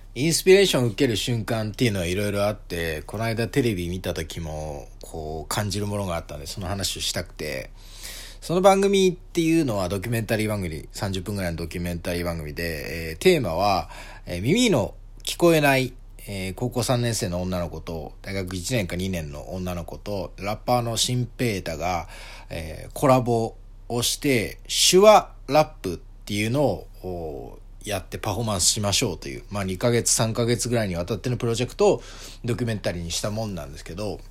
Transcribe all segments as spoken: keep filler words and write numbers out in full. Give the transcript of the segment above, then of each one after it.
インスピレーションを受ける瞬間っていうのはいろいろあって、この間テレビ見た時もこう感じるものがあったので、その話をしたくて、その番組っていうのはドキュメンタリー番組、さんじゅっぷんぐらいのドキュメンタリー番組で、えー、テーマは、えー、耳の聞こえない、えー、高校さんねん生の女の子と大学いちねんかにねんの女の子とラッパーのシンペータが、えー、コラボをして手話ラップっていうのをやってパフォーマンスしましょうという、まあにかげつさんかげつぐらいにわたってのプロジェクトをドキュメンタリーにしたもんなんですけど、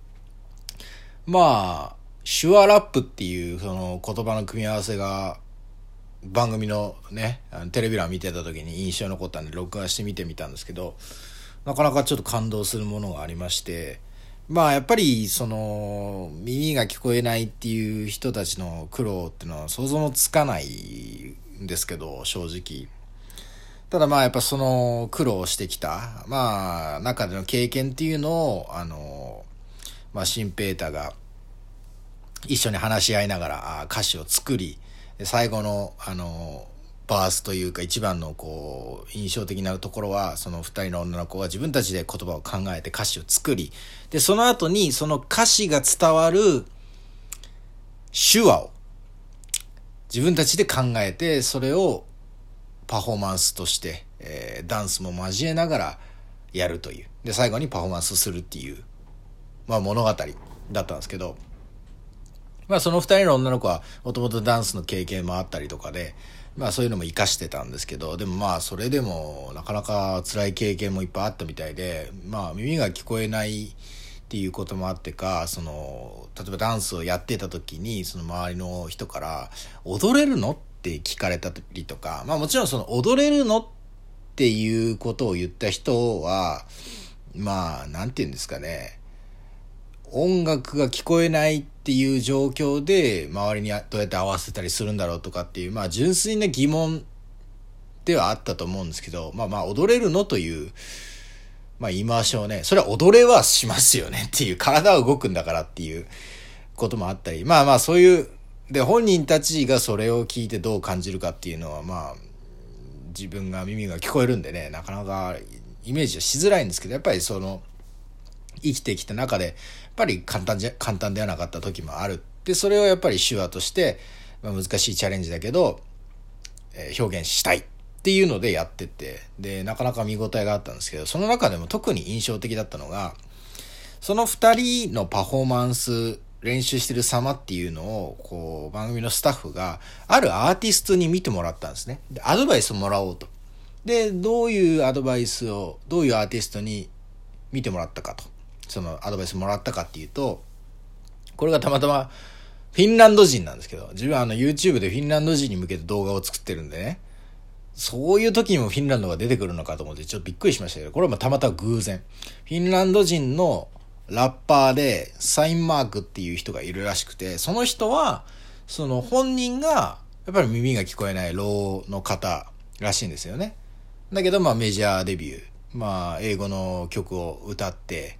まあ手話ラップっていうその言葉の組み合わせが番組のねテレビ欄見てた時に印象に残ったんで録画して見てみたんですけど、なかなかちょっと感動するものがありまして、まあやっぱりその耳が聞こえないっていう人たちの苦労っていうのは想像もつかないんですけど、正直ただまあやっぱその苦労してきたまあ中での経験っていうのをあのまあシンペータが一緒に話し合いながら歌詞を作り、最後のあのバースというか一番のこう印象的なところは、その二人の女の子が自分たちで言葉を考えて歌詞を作り、でその後にその歌詞が伝わる手話を自分たちで考えて、それをパフォーマンスとして、えー、ダンスも交えながらやるという、で最後にパフォーマンスするっていう、まあ、物語だったんですけど、まあその二人の女の子はもともとダンスの経験もあったりとかで、まあそういうのも活かしてたんですけど、でもまあそれでもなかなか辛い経験もいっぱいあったみたいで、まあ耳が聞こえないっていうこともあってか、その例えばダンスをやってた時にその周りの人から踊れるのって聞かれたりとか、まあもちろんその踊れるのっていうことを言った人はまあなんて言うんですかね、音楽が聞こえないっていう状況で周りにどうやって合わせたりするんだろうとかっていう、まあ純粋な疑問ではあったと思うんですけど、まあまあ踊れるのというまあ言い回しをね、それは踊れはしますよねっていう、体は動くんだからっていうこともあったり、まあまあそういうで本人たちがそれを聞いてどう感じるかっていうのは、まあ自分が耳が聞こえるんでね、なかなかイメージはしづらいんですけど、やっぱりその生きてきた中でやっぱり簡単じゃ簡単ではなかった時もある。でそれをやっぱり手話として、まあ、難しいチャレンジだけど、えー、表現したいっていうのでやってて、でなかなか見応えがあったんですけど、その中でも特に印象的だったのが、そのふたりのパフォーマンス練習してる様っていうのをこう番組のスタッフがあるアーティストに見てもらったんですね。でアドバイスをもらおうと。でどういうアドバイスをどういうアーティストに見てもらったかと、そのアドバイスもらったかっていうと、これがたまたまフィンランド人なんですけど、自分はあの YouTube でフィンランド人に向けて動画を作ってるんでね、そういう時にもフィンランドが出てくるのかと思ってちょっとびっくりしましたけど、これはたまたま偶然。フィンランド人のラッパーでサインマークっていう人がいるらしくて、その人はその本人がやっぱり耳が聞こえないろうの方らしいんですよね。だけどまあメジャーデビュー、まあ英語の曲を歌って、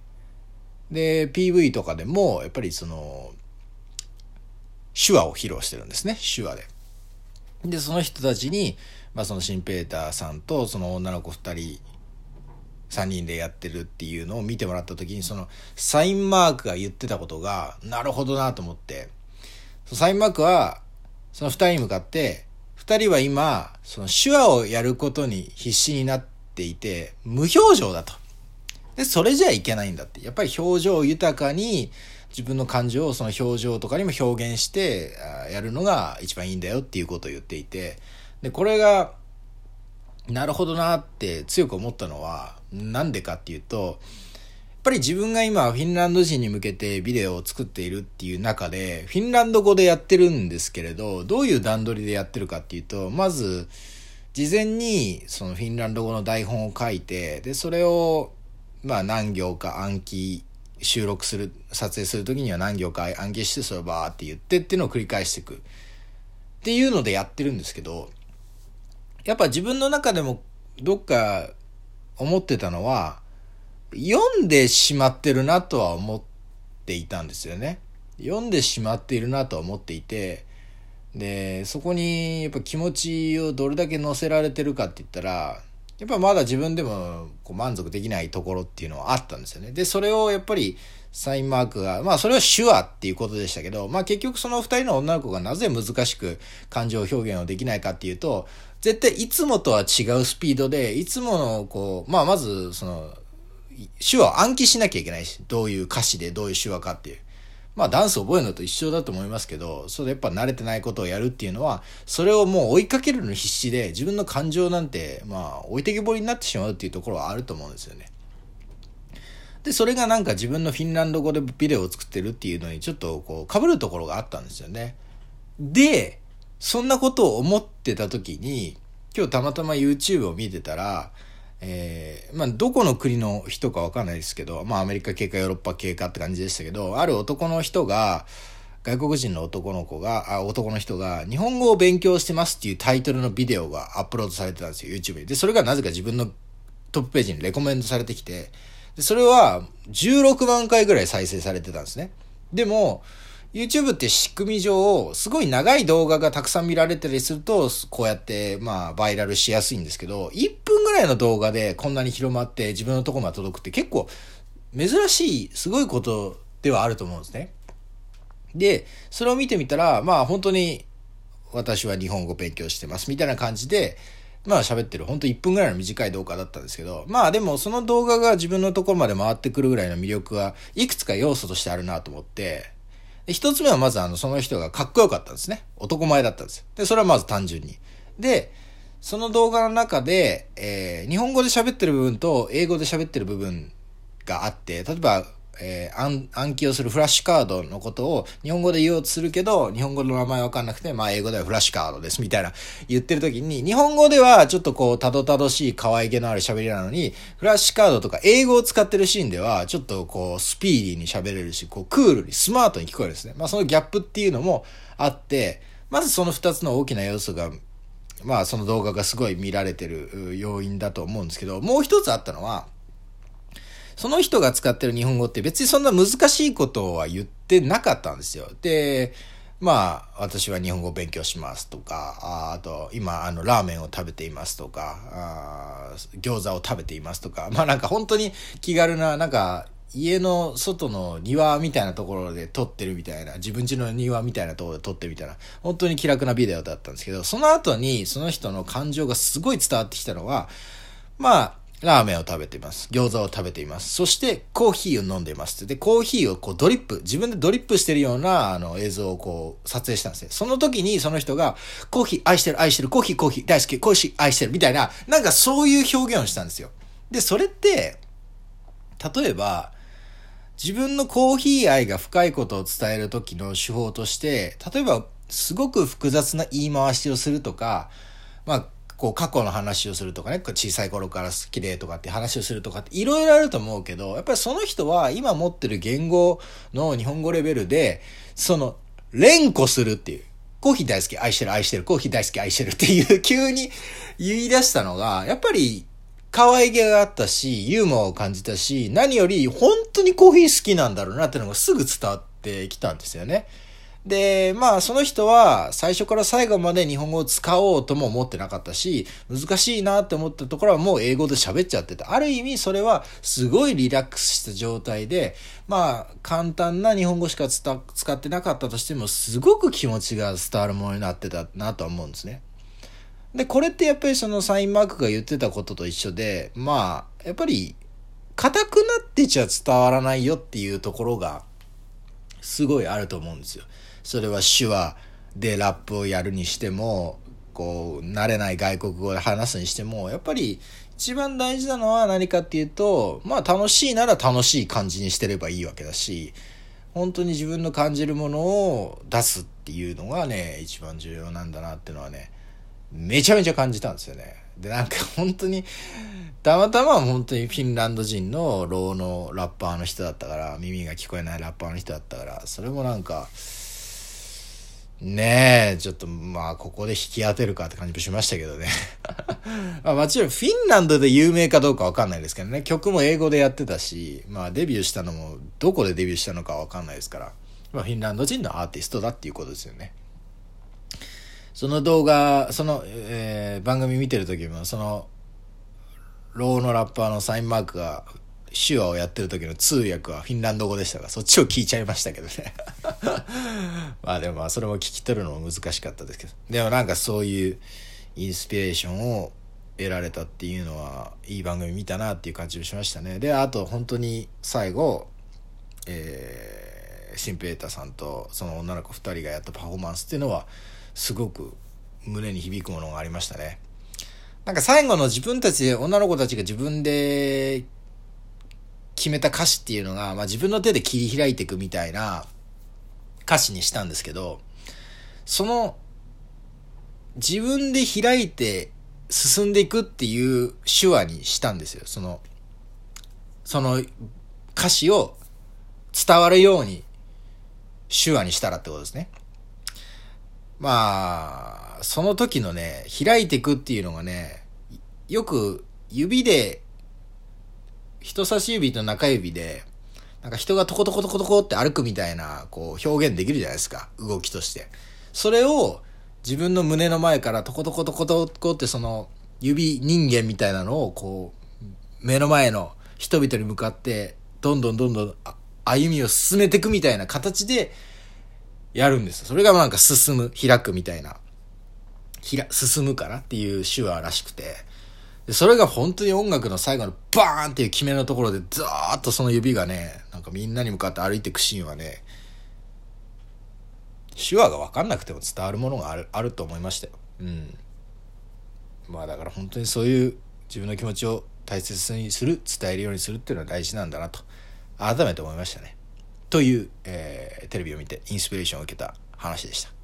で ピーブイ とかでもやっぱりその手話を披露してるんですね、手話で。でその人たちに、まあ、そのシンペーターさんとその女の子ふたりさんにんでやってるっていうのを見てもらった時に、そのサインマークが言ってたことがなるほどなと思って、サインマークはそのふたりに向かって、ふたりは今その手話をやることに必死になっていて無表情だと。でそれじゃいけないんだって、やっぱり表情豊かに自分の感情をその表情とかにも表現してやるのが一番いいんだよっていうことを言っていて、でこれがなるほどなって強く思ったのはなんでかっていうと、やっぱり自分が今フィンランド人に向けてビデオを作っているっていう中でフィンランド語でやってるんですけれど、どういう段取りでやってるかっていうと、まず事前にそのフィンランド語の台本を書いて、でそれをまあ何行か暗記、収録する撮影するときには何行か暗記して、それをバーって言ってっていうのを繰り返していくっていうのでやってるんですけど、やっぱ自分の中でもどっか思ってたのは、読んでしまってるなとは思っていたんですよね。読んでしまっているなとは思っていて、でそこにやっぱ気持ちをどれだけ乗せられてるかって言ったら、 やっぱまだ自分でもこう満足できないところっていうのはあったんですよね。で、それをやっぱりサインマークが、まあそれは手話っていうことでしたけど、まあ結局その二人の女の子がなぜ難しく感情表現をできないかっていうと、絶対いつもとは違うスピードで、いつものこう、まあまずその、手話を暗記しなきゃいけないし、どういう歌詞でどういう手話かっていう。まあダンスを覚えるのと一緒だと思いますけど、それやっぱ慣れてないことをやるっていうのは、それをもう追いかけるのに必死で、自分の感情なんて、まあ置いてけぼりになってしまうっていうところはあると思うんですよね。で、それがなんか自分のフィンランド語でビデオを作ってるっていうのにちょっとこう被るところがあったんですよね。で、そんなことを思ってた時に、今日たまたま YouTube を見てたら、えー、まあどこの国の人かわかんないですけど、まあアメリカ系かヨーロッパ系かって感じでしたけど、ある男の人が、外国人の男の子が、あ、男の人が日本語を勉強してますっていうタイトルのビデオがアップロードされてたんですよ、YouTube に。で、それがなぜか自分のトップページにレコメンドされてきて、でそれはじゅうろくまんかいぐらい再生されてたんですね。でも、YouTube って仕組み上、すごい長い動画がたくさん見られたりすると、こうやって、まあ、バイラルしやすいんですけど、いっぷんぐらいの動画でこんなに広まって自分のところまで届くって結構珍しい、すごいことではあると思うんですね。で、それを見てみたら、まあ本当に私は日本語勉強してますみたいな感じで、まあ喋ってる、本当いっぷんぐらいの短い動画だったんですけど、まあでもその動画が自分のところまで回ってくるぐらいの魅力がいくつか要素としてあるなと思って、一つ目はまずあの、その人がかっこよかったんですね。男前だったんですよ。で、それはまず単純に。で、その動画の中で、えー、日本語で喋ってる部分と英語で喋ってる部分があって、例えば、えー、暗、暗記をするフラッシュカードのことを日本語で言おうとするけど、日本語の名前わかんなくて、まあ英語ではフラッシュカードですみたいな言ってる時に、日本語ではちょっとこう、たどたどしい可愛げのある喋りなのに、フラッシュカードとか英語を使ってるシーンでは、ちょっとこう、スピーディーに喋れるし、こう、クールにスマートに聞こえるんですね。まあそのギャップっていうのもあって、まずその二つの大きな要素が、まあその動画がすごい見られてる要因だと思うんですけど、もう一つあったのは、その人が使ってる日本語って別にそんな難しいことは言ってなかったんですよ。で、まあ、私は日本語を勉強しますとか、あ, あと、今、あの、ラーメンを食べていますとか、あ餃子を食べていますとか、まあなんか本当に気軽な、なんか、家の外の庭みたいなところで撮ってるみたいな、自分家の庭みたいなところで撮ってるみたいな、本当に気楽なビデオだったんですけど、その後にその人の感情がすごい伝わってきたのは、まあ、ラーメンを食べています。餃子を食べています。そしてコーヒーを飲んでいます。で、コーヒーをこうドリップ、自分でドリップしてるようなあの映像をこう撮影したんですね。その時にその人がコーヒー愛してる愛してる、コーヒーコーヒー大好き、コーヒー愛してるみたいな、なんかそういう表現をしたんですよ。で、それって、例えば、自分のコーヒー愛が深いことを伝える時の手法として、例えばすごく複雑な言い回しをするとか、まあ、こう過去の話をするとかね、小さい頃から好きでとかって話をするとかっていろいろあると思うけど、やっぱりその人は今持ってる言語の日本語レベルで、その連呼するっていう、コーヒー大好き愛してる愛してる、コーヒー大好き愛してるっていう急に言い出したのが、やっぱり可愛げがあったし、ユーモアを感じたし、何より本当にコーヒー好きなんだろうなっていうのがすぐ伝わってきたんですよね。で、まあその人は最初から最後まで日本語を使おうとも思ってなかったし、難しいなって思ったところはもう英語で喋っちゃってた。ある意味それはすごいリラックスした状態で、まあ簡単な日本語しか使ってなかったとしてもすごく気持ちが伝わるものになってたなとは思うんですね。で、これってやっぱりそのサインマークが言ってたことと一緒で、まあやっぱり硬くなってちゃ伝わらないよっていうところがすごいあると思うんですよ。それは手話でラップをやるにしても、こう慣れない外国語で話すにしても、やっぱり一番大事なのは何かっていうと、まあ楽しいなら楽しい感じにしてればいいわけだし、本当に自分の感じるものを出すっていうのがね、一番重要なんだなっていうのはね、めちゃめちゃ感じたんですよね。で、なんか本当にたまたま本当にフィンランド人のローのラッパーの人だったから、耳が聞こえないラッパーの人だったから、それもなんかねえ、ちょっとまあここで引き当てるかって感じもしましたけどねまあもちろんフィンランドで有名かどうかわかんないですけどね、曲も英語でやってたし、まあデビューしたのもどこでデビューしたのかわかんないですから、まあ、フィンランド人のアーティストだっていうことですよね。その動画、その、えー、番組見てる時もそのローのラッパーのサインマークが手話をやってる時の通訳はフィンランド語でしたが、そっちを聞いちゃいましたけどねまあでもまあそれも聞き取るのも難しかったですけど、でもなんかそういうインスピレーションを得られたっていうのはいい番組見たなっていう感じもしましたね。であと本当に最後、えー、シンペーターさんとその女の子ふたりがやったパフォーマンスっていうのはすごく胸に響くものがありましたね。なんか最後の自分たちで女の子たちが自分で決めた歌詞っていうのが、まあ、自分の手で切り開いていくみたいな歌詞にしたんですけど、その自分で開いて進んでいくっていう手話にしたんですよ。そのその歌詞を伝わるように手話にしたらってことですね。まあその時のね、開いていくっていうのがね、よく指で人差し指と中指でなんか人がトコトコトコトコって歩くみたいなこう表現できるじゃないですか、動きとして。それを自分の胸の前からトコトコトコトコってその指人間みたいなのをこう目の前の人々に向かってどんどんどんどん歩みを進めていくみたいな形でやるんですよ。それがなんか進む、開くみたいな、ひら進むからっていう手話らしくて、でそれが本当に音楽の最後のバーンっていう決めのところでザーッとその指がね、なんかみんなに向かって歩いていくシーンはね、手話が分かんなくても伝わるものがある、あると思いましたよ。うん。まあだから本当にそういう自分の気持ちを大切にする、伝えるようにするっていうのは大事なんだなと改めて思いましたね。という、えー、テレビを見てインスピレーションを受けた話でした。